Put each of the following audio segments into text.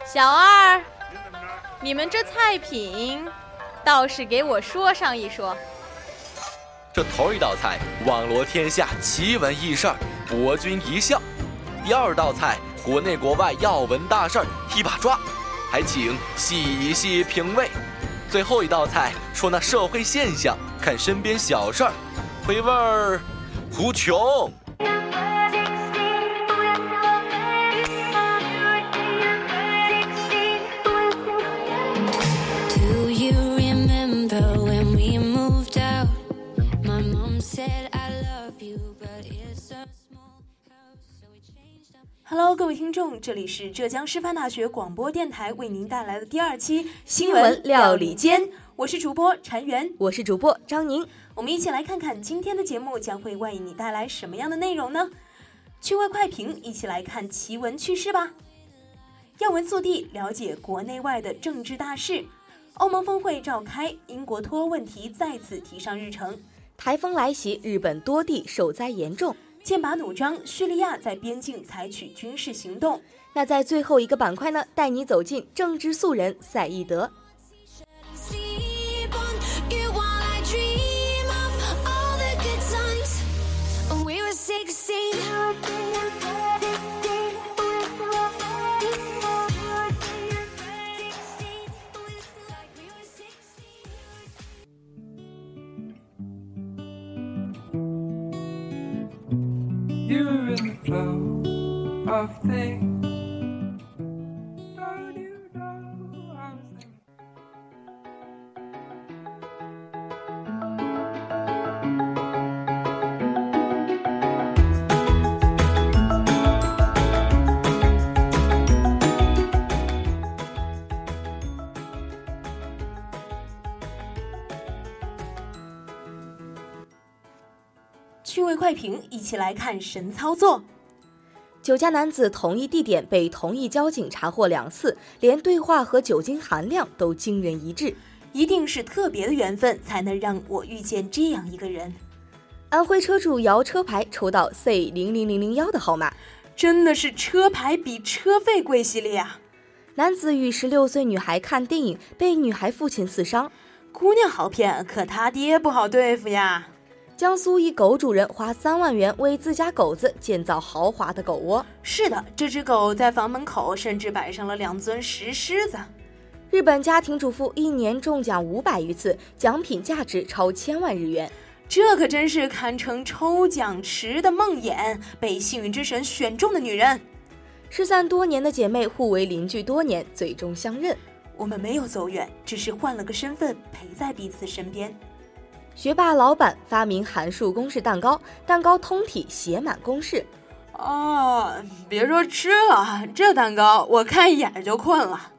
小二，你们这菜品倒是给我说上一说。 这头一道菜网罗天下，奇闻异事，博君一笑。第二道菜国内国外要闻大事，一把抓，还请细细品味。最后一道菜说那社会现象，看身边小事儿，回味儿无穷。 Hello， 各位听众，这里是浙江师范大学广播电台为您带来的第2期新闻料理间， 我是主播陈媛， 我是主播张宁。 我们一起来看看今天的节目将会为你带来什么样的内容呢？趣味快评，一起来看奇闻趣事吧。要闻速递，了解国内外的政治大事。欧盟峰会召开，英国脱欧问题再次提上日程。 台风来袭，日本多地受灾严重。 剑拔弩张，叙利亚在边境采取军事行动。 那在最后一个板块呢，带你走进政治素人赛义德。 You're in the flow of things. 趣味快评，一起来看神操作。 酒驾男子同一地点被同一交警查获2次，连对话和酒精含量都惊人一致。 一定是特别的缘分，才能让我遇见这样一个人。 安徽车主摇车牌抽到 C00001 的号码， 真的是车牌比车费贵系列啊！ 男子与16岁女孩看电影，被女孩父亲刺伤。 姑娘好骗，可他爹不好对付呀。 江苏一狗主人花3万元为自家狗子建造豪华的狗窝。 是的，这只狗在房门口甚至摆上了2尊石狮子。 日本家庭主妇1年中奖500余次，奖品价值超1000万日元。 这可真是堪称抽奖池的梦魇，被幸运之神选中的女人。 失散多年的姐妹互为邻居多年，最终相认。 我们没有走远，只是换了个身份陪在彼此身边。 学霸老板发明函数公式蛋糕，蛋糕通体写满公式。 别说吃了，这蛋糕我看一眼就困了。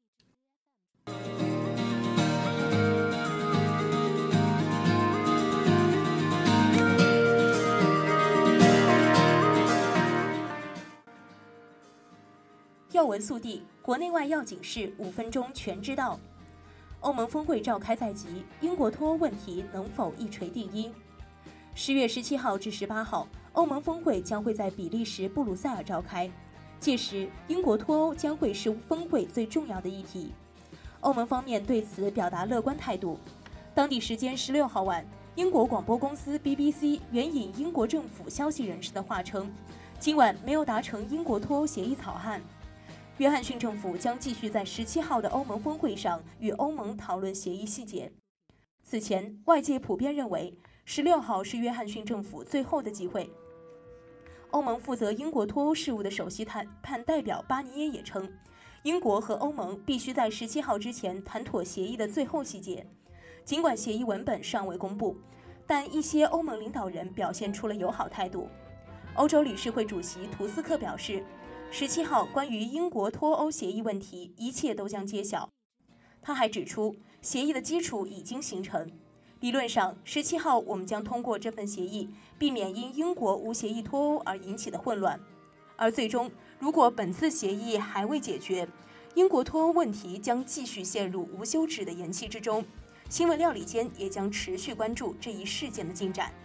要闻速递，国内外要紧事5分钟全知道。欧盟峰会召开在即，英国脱欧问题能否一锤定音？10月17号至18号，欧盟峰会将会在比利时布鲁塞尔召开，届时英国脱欧将会是峰会最重要的议题。欧盟方面对此表达乐观态度。当地时间16号晚，英国广播公司 BBC 援引英国政府消息人士的话称，今晚没有达成英国脱欧协议草案。约翰逊政府将继续在17号的欧盟峰会上与欧盟讨论协议细节。此前，外界普遍认为16号是约翰逊政府最后的机会。欧盟负责英国脱欧事务的首席谈判代表巴尼耶也称，英国和欧盟必须在17号之前谈妥协议的最后细节。尽管协议文本尚未公布，但一些欧盟领导人表现出了友好态度。欧洲理事会主席图斯克表示，17号关于英国脱欧协议问题，一切都将揭晓。他还指出，协议的基础已经形成。理论上，17号我们将通过这份协议，避免因英国无协议脱欧而引起的混乱。而最终，如果本次协议还未解决，英国脱欧问题将继续陷入无休止的延期之中。新闻料理间也将持续关注这一事件的进展。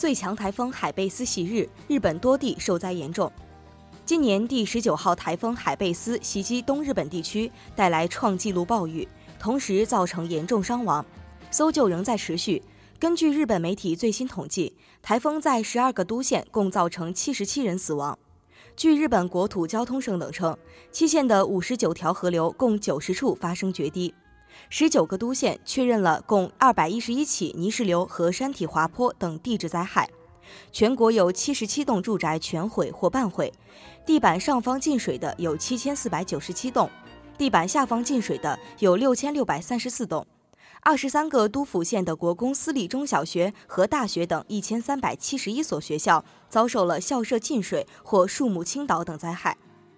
最强台风海贝斯袭日，日本多地受灾严重。今年第19号台风海贝斯袭击东日本地区，带来创纪录暴雨，同时造成严重伤亡，搜救仍在持续。根据日本媒体最新统计，台风在12个都县共造成77人死亡。据日本国土交通省等称，7县的59条河流共90处发生决堤，19个都县确认了共211起泥石流和山体滑坡等地质灾害。全国有77栋住宅全毁或半毁，地板上方进水的有7497栋，地板下方进水的有6634栋。23个都府县的国公私立中小学和大学等1371所学校遭受了校舍进水或树木倾倒等灾害。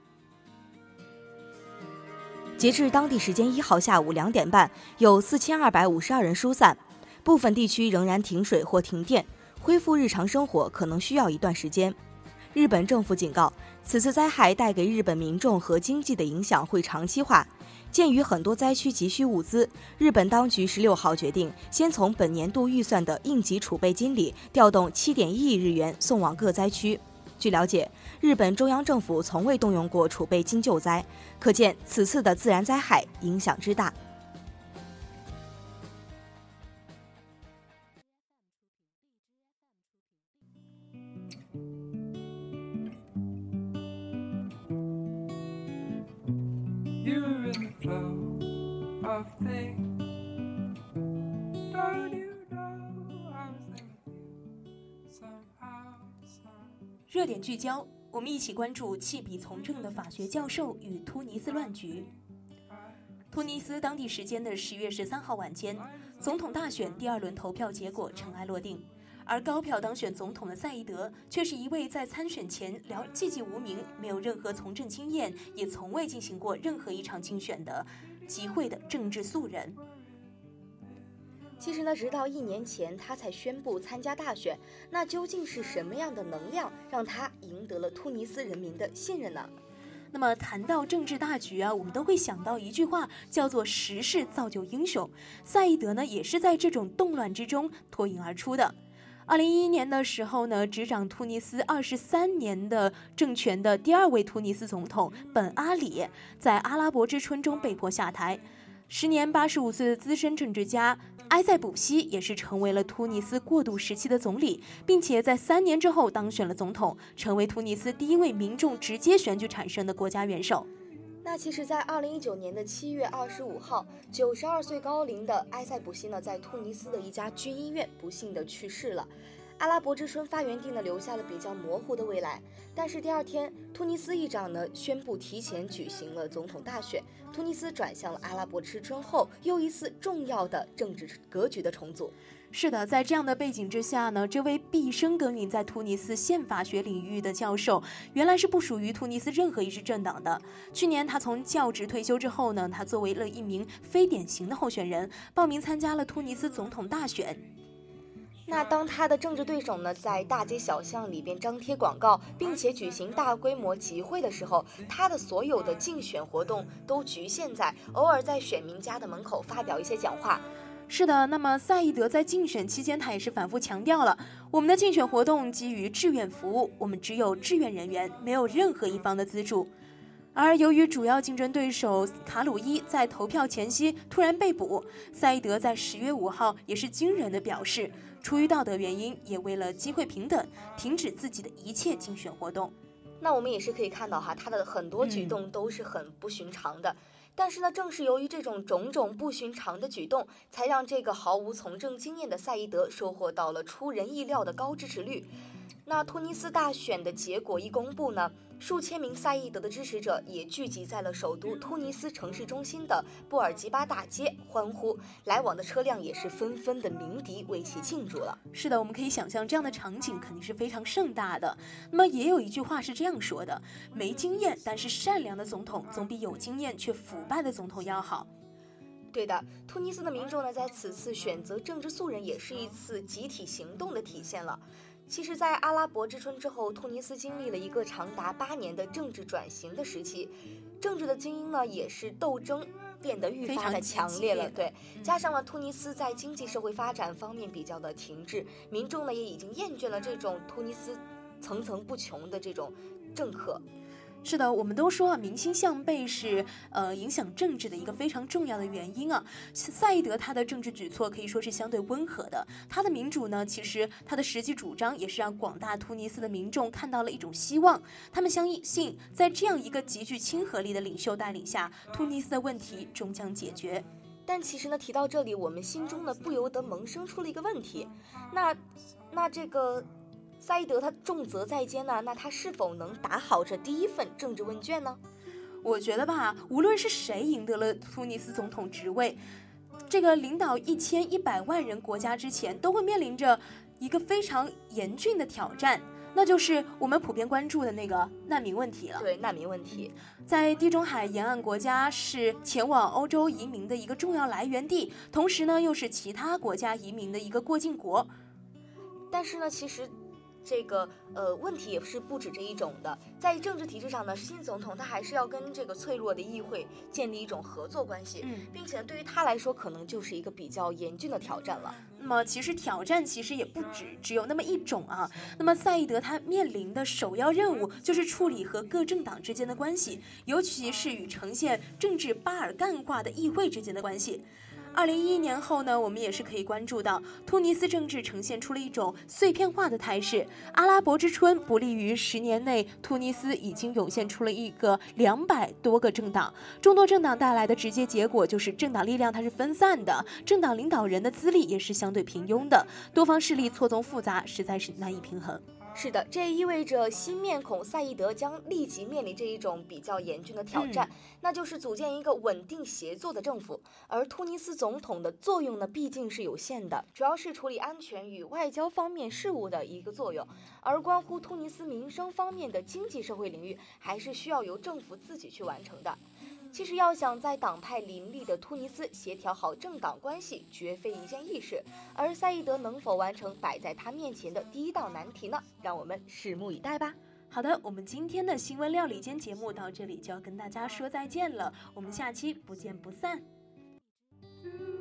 截至当地时间1号下午2点半，有4252人疏散，部分地区仍然停水或停电，恢复日常生活可能需要一段时间。日本政府警告，此次灾害带给日本民众和经济的影响会长期化。鉴于很多灾区急需物资，日本当局16号决定，先从本年度预算的应急储备金里调动7.1亿日元送往各灾区。据了解，日本中央政府从未动用过储备金救灾，可见此次的自然灾害影响之大。 You're in the flow of things. Don't you know I was there with you somehow, somehow. 热点聚焦，我们一起关注弃笔从政的法学教授与突尼斯乱局。突尼斯当地时间的10月13号晚间，总统大选第2轮投票结果尘埃落定，而高票当选总统的赛义德却是一位在参选前寂寂无名、没有任何从政经验，也从未进行过任何一场竞选的集会的政治素人。 其实呢，直到1年前他才宣布参加大选，那究竟是什么样的能量让他赢得了突尼斯人民的信任呢？ 那么谈到政治大局啊，我们都会想到一句话，叫做时势造就英雄。赛义德呢，也是在这种动乱之中脱颖而出的。2011年的时候呢，执掌突尼斯23年的政权的第2位突尼斯总统本阿里，在阿拉伯之春中被迫下台。时年85岁的资深政治家埃塞卜西也是成为了突尼斯过渡时期的总理，并且在3年之后当选了总统，成为突尼斯第1位民众直接选举产生的国家元首。 那其实在2019年的7月25号，92岁高龄的埃塞卜西呢，在突尼斯的一家军医院不幸的去世了。阿拉伯之春发源地呢，留下了比较模糊的未来。但是第2天，突尼斯议长呢宣布提前举行了总统大选，突尼斯转向了阿拉伯之春后又一次重要的政治格局的重组。 是的，在这样的背景之下呢，这位毕生耕耘在突尼斯宪法学领域的教授，原来是不属于突尼斯任何一支政党的。去年他从教职退休之后呢，他作为了一名非典型的候选人，报名参加了突尼斯总统大选。 那当他的政治对手呢，在大街小巷里边张贴广告，并且举行大规模集会的时候，他的所有的竞选活动都局限在偶尔在选民家的门口发表一些讲话。 是的，那么赛义德在竞选期间，他也是反复强调了，我们的竞选活动基于志愿服务，我们只有志愿人员，没有任何一方的资助。而由于主要竞争对手卡鲁伊在投票前夕突然被捕，赛义德在10月5号也是惊人的表示，出于道德原因，也为了机会平等，停止自己的一切竞选活动。 那我们也是可以看到他的很多举动都是很不寻常的。但是呢，正是由于这种种种不寻常的举动，才让这个毫无从政经验的赛义德收获到了出人意料的高支持率。那突尼斯大选的结果一公布呢，数千名赛义德的支持者也聚集在了首都突尼斯城市中心的布尔吉巴大街欢呼，来往的车辆也是纷纷的鸣笛为其庆祝了。 是的，我们可以想象这样的场景肯定是非常盛大的。那么也有一句话是这样说的，没经验但是善良的总统总比有经验却腐败的总统要好。 对的，突尼斯的民众呢，在此次选择政治素人也是一次集体行动的体现了。其实在阿拉伯之春之后，突尼斯经历了一个长达8年的政治转型的时期，政治的精英呢也是斗争变得愈发的强烈了，对，加上了突尼斯在经济社会发展方面比较的停滞，民众呢也已经厌倦了这种突尼斯层层不穷的这种政客。 是的，我们都说啊，民心向背是影响政治的一个非常重要的原因啊。赛义德他的政治举措可以说是相对温和的，他的民主呢，其实他的实际主张也是让广大突尼斯的民众看到了一种希望，他们相信在这样一个极具亲和力的领袖带领下，突尼斯的问题终将解决。 但其实呢，提到这里，我们心中呢不由得萌生出了一个问题，那这个赛义德他重责在肩呢，那他是否能打好这第一份政治问卷呢？ 我觉得吧，无论是谁赢得了突尼斯总统职位，这个领导1100万人国家之前，都会面临着一个非常严峻的挑战，那就是我们普遍关注的那个难民问题了。 对，难民问题， 在地中海沿岸国家是前往欧洲移民的一个重要来源地，同时呢，又是其他国家移民的一个过境国。 但是呢，其实这个问题也是不止这一种的，在政治体制上呢，新总统他还是要跟这个脆弱的议会建立一种合作关系，并且对于他来说，可能就是一个比较严峻的挑战了。 那么其实挑战其实也不只有那么一种啊。那么赛义德他面临的首要任务就是处理和各政党之间的关系，尤其是与呈现政治巴尔干化的议会之间的关系。2011年后呢，我们也是可以关注到突尼斯政治呈现出了一种碎片化的态势。阿拉伯之春不利于10年内突尼斯已经涌现出了一个200多个政党，众多政党带来的直接结果就是政党力量它是分散的，政党领导人的资历也是相对平庸的，多方势力错综复杂，实在是难以平衡。 是的，这也意味着新面孔赛义德将立即面临这一种比较严峻的挑战，那就是组建一个稳定协作的政府。而突尼斯总统的作用呢，毕竟是有限的，主要是处理安全与外交方面事务的一个作用，而关乎突尼斯民生方面的经济社会领域，还是需要由政府自己去完成的。其实要想在党派林立的突尼斯协调好政党关系，绝非一件易事。而赛义德能否完成摆在他面前的第一道难题呢？让我们拭目以待吧。 好的，我们今天的新闻料理间节目到这里就要跟大家说再见了，我们下期不见不散。